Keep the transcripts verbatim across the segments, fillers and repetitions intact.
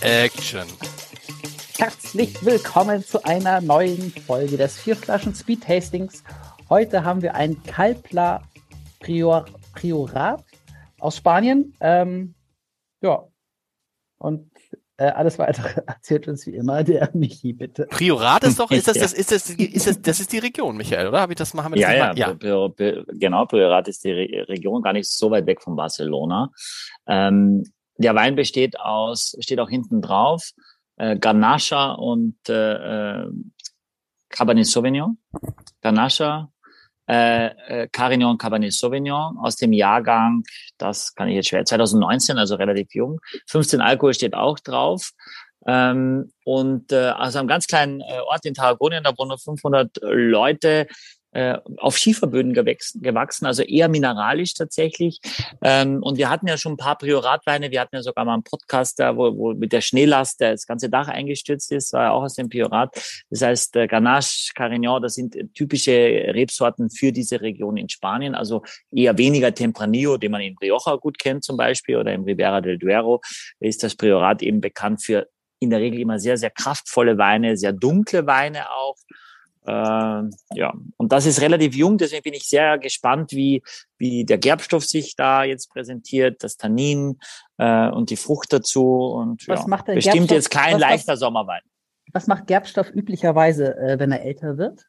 Action. Herzlich willkommen zu einer neuen Folge des vier Flaschen Speed Tastings. Heute haben wir ein Calpla Prior, Priorat aus Spanien. Ähm, ja, und äh, alles weitere erzählt uns wie immer der Michi, bitte. Priorat ist doch, ist das, das, ist das, ist das, das ist die Region, Michael, oder? Habe ich das mal, haben wir das Ja, nicht ja, mal? ja. Pri- Pri- genau, Priorat ist die Re- Region, gar nicht so weit weg von Barcelona. Ähm, der Wein besteht aus, steht auch hinten drauf, äh, Garnacha und äh, äh, Cabernet Sauvignon. Garnacha, äh, äh, Carignan Cabernet Sauvignon aus dem Jahrgang, das kann ich jetzt schwer, zwanzig neunzehn, also relativ jung. fünfzehn Alkohol steht auch drauf. Ähm, und äh, also einem ganz kleinen äh, Ort in Tarragonien, da wohnen fünfhundert Leute, äh, auf Schieferböden gewachsen, gewachsen, also eher mineralisch tatsächlich. Ähm, und wir hatten ja schon ein paar Prioratweine, wir hatten ja sogar mal einen Podcast da, wo, wo mit der Schneelast der das ganze Dach eingestürzt ist, war ja auch aus dem Priorat. Das heißt, äh, Grenache, Carignan, das sind typische Rebsorten für diese Region in Spanien, also eher weniger Tempranillo, den man in Rioja gut kennt zum Beispiel, oder im Ribera del Duero, ist das Priorat eben bekannt für in der Regel immer sehr, sehr kraftvolle Weine, sehr dunkle Weine auch. Ähm, ja, und das ist relativ jung, deswegen bin ich sehr gespannt, wie wie der Gerbstoff sich da jetzt präsentiert, das Tannin äh, und die Frucht dazu. Und Was ja, macht der bestimmt Gerbstoff- jetzt kein was- leichter was- Sommerwein. Was macht Gerbstoff üblicherweise, äh, wenn er älter wird?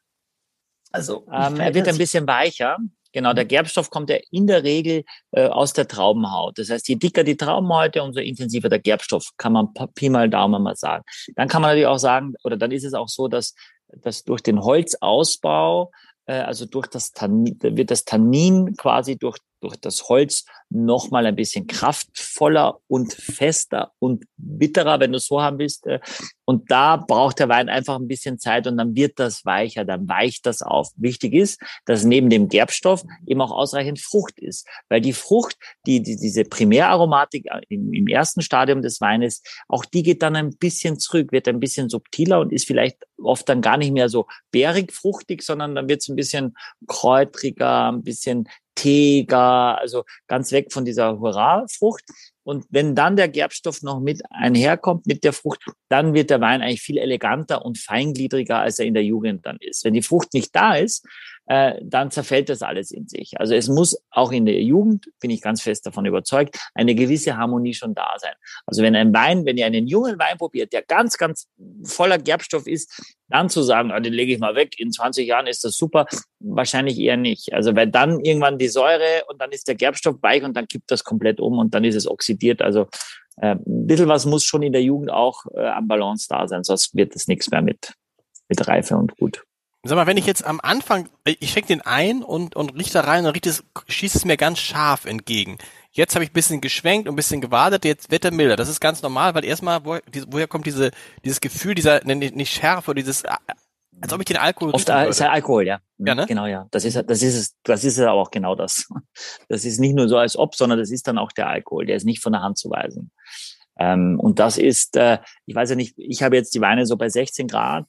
Also Ähm, er wird ein bisschen weicher. Genau, der Gerbstoff kommt ja in der Regel äh, aus der Traubenhaut. Das heißt, je dicker die Traubenhäute, umso intensiver der Gerbstoff, kann man Pi mal Daumen mal sagen. Dann kann man natürlich auch sagen, oder dann ist es auch so, dass, dass durch den Holzausbau, äh, also durch das Tannin, wird das Tannin quasi durch, durch das Holz nochmal ein bisschen kraftvoller und fester und bitterer, wenn du es so haben willst. Äh, Und da braucht der Wein einfach ein bisschen Zeit und dann wird das weicher, dann weicht das auf. Wichtig ist, dass neben dem Gerbstoff eben auch ausreichend Frucht ist. Weil die Frucht, die, die diese Primäraromatik im, im ersten Stadium des Weines, auch die geht dann ein bisschen zurück, wird ein bisschen subtiler und ist vielleicht oft dann gar nicht mehr so beerig fruchtig, sondern dann wird es ein bisschen kräutriger, ein bisschen teeger, also ganz weg von dieser Hurra-Frucht. Und wenn dann der Gerbstoff noch mit einherkommt mit der Frucht, dann wird der Wein eigentlich viel eleganter und feingliedriger, als er in der Jugend dann ist. Wenn die Frucht nicht da ist, äh, dann zerfällt das alles in sich. Also es muss auch in der Jugend, bin ich ganz fest davon überzeugt, eine gewisse Harmonie schon da sein. Also wenn ein Wein, wenn ihr einen jungen Wein probiert, der ganz, ganz voller Gerbstoff ist, dann zu sagen, ah, den lege ich mal weg, in zwanzig Jahren ist das super, wahrscheinlich eher nicht. Also weil dann irgendwann die Säure und dann ist der Gerbstoff weich und dann kippt das komplett um und dann ist es oxidiert. Also äh, ein bisschen was muss schon in der Jugend auch äh, am Balance da sein, sonst wird es nichts mehr mit, mit Reife und gut. Sag mal, wenn ich jetzt am Anfang, ich schenke den ein und, und rieche da rein und riecht es, schießt es mir ganz scharf entgegen. Jetzt habe ich ein bisschen geschwenkt und ein bisschen gewartet, jetzt wird er milder. Das ist ganz normal, weil erstmal, woher, woher kommt diese, dieses Gefühl, dieser, nicht, nicht Schärfe, dieses, als ob ich den Alkohol Oft ist ja Alkohol, ja. Ja, ne? Genau, ja. Das ist, das ist es, das ist es aber auch genau das. Das ist nicht nur so als ob, sondern das ist dann auch der Alkohol. Der ist nicht von der Hand zu weisen. Ähm, und das ist, äh, ich weiß ja nicht, ich habe jetzt die Weine so bei sechzehn Grad,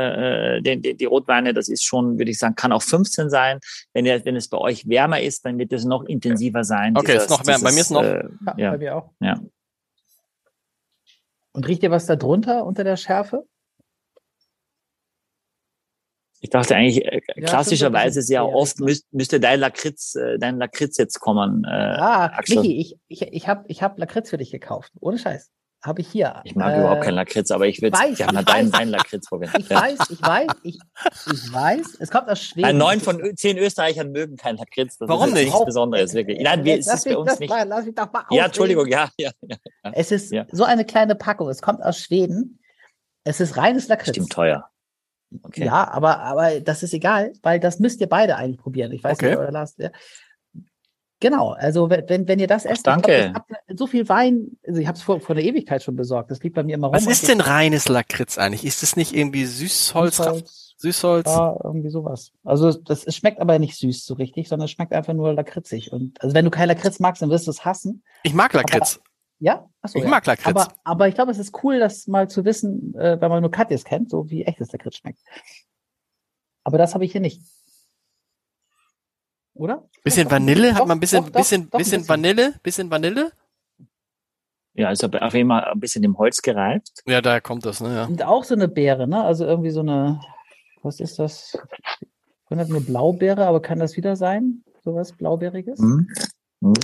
äh, die, die, die Rotweine, das ist schon, würde ich sagen, kann auch fünfzehn sein. Wenn, ihr, wenn es bei euch wärmer ist, dann wird es noch intensiver sein. Okay, dieses, ist noch wärmer. Bei mir ist noch- Äh, Ja, ja, bei mir auch. ja. Und riecht ihr was da drunter unter der Schärfe? Ich dachte eigentlich, äh, Ja, klassischerweise stimmt, sehr ja, oft ja. müsst, müsste dein Lakritz, äh, dein Lakritz jetzt kommen, äh, Ah, Axel. Michi, ich, ich, ich habe ich hab Lakritz für dich gekauft. Ohne Scheiß. Habe ich hier. Ich mag Äh, überhaupt keinen Lakritz, aber ich würde weiß, gerne mal ich deinen weiß. deinen Lakritz probieren. Ich weiß, ich weiß, ich, ich weiß. Es kommt aus Schweden. Nein, neun Das von ist- Ö- zehn Österreichern mögen keinen Lakritz. Das Warum ist jetzt nicht? nichts Besonderes, wirklich. Nein, wir, es Lass ist bei mich uns das nicht. Mal, lass mich doch mal Ja, ausreden. Entschuldigung, ja, ja, ja. Es ist Ja. so eine kleine Packung. Es kommt aus Schweden. Es ist reines Lakritz. Stimmt teuer. Okay. Ja, aber, aber das ist egal, weil das müsst ihr beide eigentlich probieren. Ich weiß Okay. nicht, euer Last. Ja. Genau, also wenn, wenn wenn ihr das esst, danke. Ich glaub, das habt ihr so viel Wein, also ich habe es vor, vor der Ewigkeit schon besorgt. Das liegt bei mir immer rum. Was und ist ich- denn reines Lakritz eigentlich? Ist es nicht irgendwie Süßholz? Süßholz, Süßholz? ja, irgendwie sowas. Also das es schmeckt aber nicht süß so richtig, sondern es schmeckt einfach nur lakritzig. Und also wenn du kein Lakritz magst, dann wirst du es hassen. Ich mag Lakritz. Ja? Achso, Ich ja. mag Lakritz. Aber, aber ich glaube, es ist cool, das mal zu wissen, äh, wenn man nur Katjes kennt, so wie echtes Lakritz schmeckt. Aber das habe ich hier nicht. Oder? Bisschen Doch, Vanille? doch, Hat man ein bisschen, doch, doch, bisschen, doch, ein bisschen bisschen. Vanille? Bisschen Vanille? Ja, ist aber auf jeden Fall ein bisschen im Holz gereift. Ja, daher kommt das, ne? Ja. Und auch so eine Beere, ne? Also irgendwie so eine, was ist das? Ich finde das eine Blaubeere, aber kann das wieder sein? Sowas Blaubeeriges? Mhm. Mhm.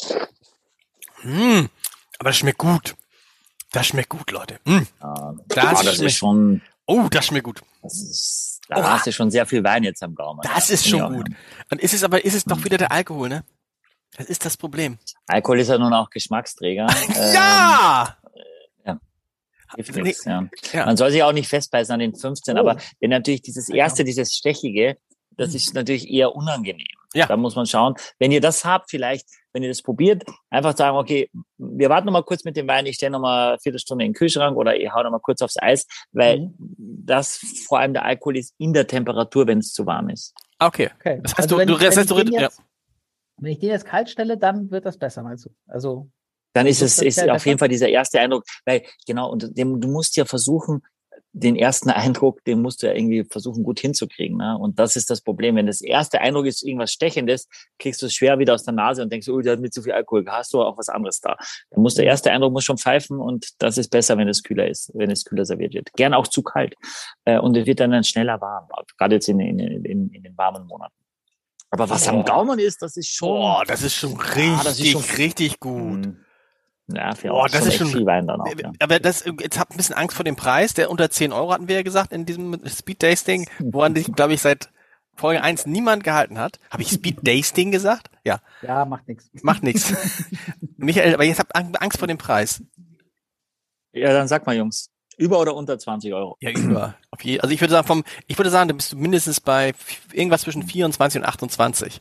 Mm, aber das schmeckt gut. Das schmeckt gut, Leute. Mm. Ja, Das das, das schmeckt- ist schon, Oh, das schmeckt gut. das ist, da Oha. hast du schon sehr viel Wein jetzt am Gaumen. Das ja. ist Finde ich schon auch, gut. ja. Und ist es aber, ist es doch wieder der Alkohol, ne? Das ist das Problem. Alkohol ist ja nun auch Geschmacksträger. Ja! Hilft Nee. nichts, ja. Ja. Man soll sich auch nicht festbeißen an den fünfzehn, Oh. aber wenn natürlich dieses erste, dieses Stechige, das Mhm. ist natürlich eher unangenehm. Ja. Da muss man schauen. Wenn ihr das habt, vielleicht, wenn ihr das probiert, einfach sagen, okay, wir warten noch mal kurz mit dem Wein, ich stelle noch mal eine Viertelstunde in den Kühlschrank oder ich hau noch mal kurz aufs Eis, weil Mhm. das vor allem der Alkohol ist in der Temperatur, wenn es zu warm ist. Okay. Okay. Das heißt, Also du, wenn, du, das wenn, heißt, du, ich den ja. jetzt, wenn ich den jetzt kalt stelle, dann wird das besser, meinst du? Also, Dann ist Also es das ist wäre auf besser? jeden Fall dieser erste Eindruck, weil genau, und dem, du musst ja versuchen, den ersten Eindruck, den musst du ja irgendwie versuchen, gut hinzukriegen. Ne? Und das ist das Problem. Wenn das erste Eindruck ist irgendwas Stechendes, kriegst du es schwer wieder aus der Nase und denkst, oh, der hat mit zu viel Alkohol, hast du auch was anderes da. Dann muss der erste Eindruck muss schon pfeifen und das ist besser, wenn es kühler ist, wenn es kühler serviert wird. Gern auch zu kalt. Äh, Und es wird dann, dann schneller warm, gerade jetzt in, in, in, in den warmen Monaten. Aber was am Boah. Gaumen ist, das ist schon... Boah, das ist schon richtig, Ja, das ist schon- richtig gut. Mm, Ja, für Boah, auch das schon ist echt schon- viel Wein dann auch, ja. Aber das, jetzt habt ein bisschen Angst vor dem Preis, der unter zehn Euro hatten wir ja gesagt in diesem Speed-Tasting, woran sich, glaube ich, seit Folge eins niemand gehalten hat. Habe ich Speed-Tasting gesagt? Ja, ja, macht nichts. macht nichts. Michael, aber jetzt habt Ang- Angst vor dem Preis. Ja, dann sag mal, Jungs, über oder unter zwanzig Euro? Ja, über. Auf je, also ich würde sagen, vom, ich würde sagen, da bist du mindestens bei f- irgendwas zwischen vierundzwanzig und achtundzwanzig.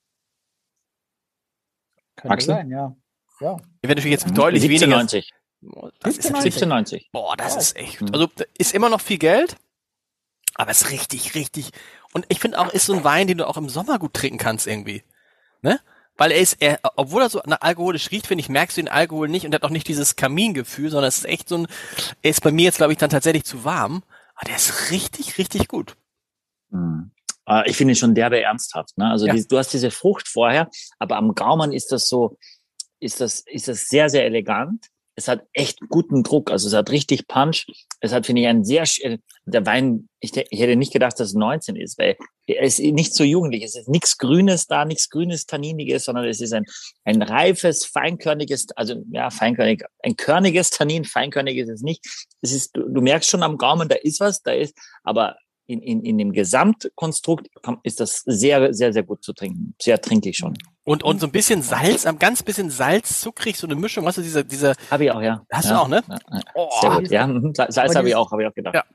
Könnte Axel? sein, ja. Ja. Wenn natürlich jetzt deutlich weniger. siebzehn neunzig. Das ist natürlich, siebzehn neunzig. boah, das Wow. ist echt. Mhm. Also da ist immer noch viel Geld, aber es ist richtig, richtig. Und ich finde auch, ist so ein Wein, den du auch im Sommer gut trinken kannst irgendwie, ne? Weil er ist, er, obwohl er so nach alkoholisch riecht, finde ich, merkst du den Alkohol nicht und hat auch nicht dieses Kamingefühl, sondern es ist echt so ein, er ist bei mir jetzt, glaube ich, dann tatsächlich zu warm, aber der ist richtig, richtig gut. Mhm. Äh, Ich finde ihn schon derbe ernsthaft. Ne? Also Ja. die, du hast diese Frucht vorher, aber am Gaumen ist das so, ist das, ist das sehr, sehr elegant. Es hat echt guten Druck, also es hat richtig Punch. Es hat, finde ich, ein sehr, sch- der Wein, ich, ich hätte nicht gedacht, dass es neunzehn ist, weil er ist nicht so jugendlich. Es ist nichts Grünes da, nichts Grünes, Tanniniges, sondern es ist ein, ein reifes, feinkörniges, also ja, feinkörnig, ein körniges Tannin, feinkörnig ist es nicht. Es ist, du, du merkst schon am Gaumen, da ist was, da ist, aber in, in, in dem Gesamtkonstrukt komm- ist das sehr, sehr, sehr gut zu trinken. Sehr trinkig schon. Und, und so ein bisschen Salz, am ganz bisschen Salz, zuckrig, so eine Mischung, weißt du, dieser, dieser, Habe ich auch, ja. hast ja. du auch, ne? Ja, ja. Oh, Sehr gut, ja. mhm. Salz Aber habe ich dieses- auch, habe ich auch gedacht. Ja.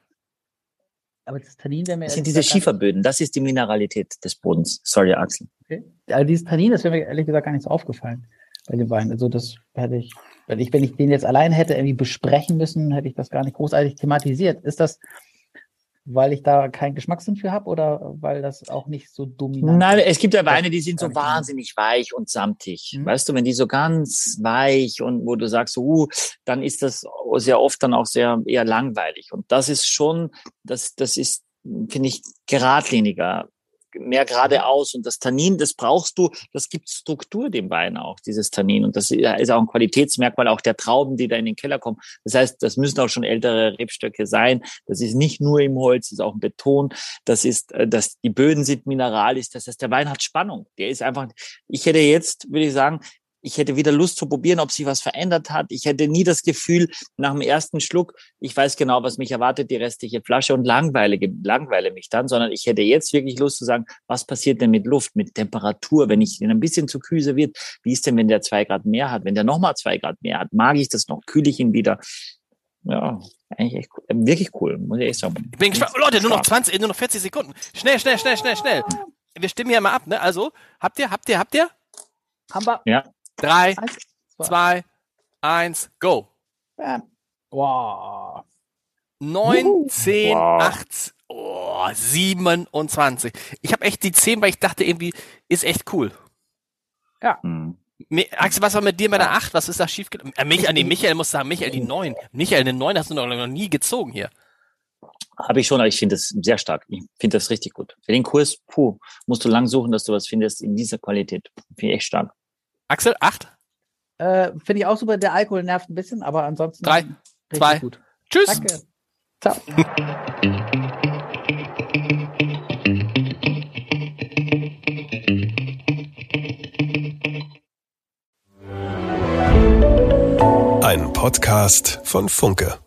Aber das Tannin wäre mir Das sind ehrlich diese gesagt gar Schieferböden, das ist die Mineralität des Bodens. Sorry, Axel. nicht, okay. Also dieses Tannin, das wäre mir ehrlich gesagt gar nicht so aufgefallen bei dem Wein. Also das hätte ich, wenn ich, wenn ich den jetzt allein hätte irgendwie besprechen müssen, hätte ich das gar nicht großartig thematisiert. Ist das, weil ich da keinen Geschmackssinn für habe oder weil das auch nicht so dominant Nein, ist? es gibt ja Weine, die sind Gar so nicht. wahnsinnig weich und samtig. Mhm. Weißt du, wenn die so ganz weich und wo du sagst, uh, dann ist das sehr oft dann auch sehr eher langweilig. Und das ist schon, das, das ist, finde ich, geradliniger, mehr geradeaus. Und das Tannin, das brauchst du, das gibt Struktur dem Wein auch, dieses Tannin. Und das ist auch ein Qualitätsmerkmal auch der Trauben, die da in den Keller kommen. Das heißt, das müssen auch schon ältere Rebstöcke sein. Das ist nicht nur im Holz, das ist auch ein Beton. Das ist, äh, dass die Böden sind mineralisch. Das heißt, der Wein hat Spannung. Der ist einfach, ich hätte jetzt, würde ich sagen, ich hätte wieder Lust zu probieren, ob sich was verändert hat. Ich hätte nie das Gefühl, nach dem ersten Schluck, ich weiß genau, was mich erwartet, die restliche Flasche und langweile, langweile mich dann, sondern ich hätte jetzt wirklich Lust zu sagen, was passiert denn mit Luft, mit Temperatur, wenn ich den ein bisschen zu kühl serviert? Wie ist denn, wenn der zwei Grad mehr hat? Wenn der nochmal zwei Grad mehr hat, mag ich das noch? Kühle ich ihn wieder? Ja, eigentlich echt cool. Wirklich cool, muss ich echt sagen. Ich bin gespannt. Oh, Leute, nur noch zwanzig, nur noch vierzig Sekunden. Schnell, schnell, schnell, schnell, schnell. Wir stimmen hier mal ab, ne? Also, habt ihr, habt ihr, habt ihr? Haben wir Ja. Drei, eins, zwei, zwei, eins, go. bam. Wow. Neun, zehn, Wow. acht, oh, siebenundzwanzig. Ich habe echt die zehn, weil ich dachte irgendwie, ist echt cool. Hm. Me- Axel, was war mit dir bei der acht? Was ist da schief gelaufen? Äh, Michael, nee, Michael muss sagen, Michael die neun. Michael, eine neun hast du noch, noch nie gezogen hier. Habe ich schon, aber ich finde das sehr stark. Ich finde das richtig gut. Für den Kurs, puh, musst du lang suchen, dass du was findest in dieser Qualität. Finde ich echt stark. Axel, acht? Äh, Finde ich auch super. Der Alkohol nervt ein bisschen, aber ansonsten Drei, richtig zwei, gut. Tschüss. Danke. Ciao. Ein Podcast von Funke.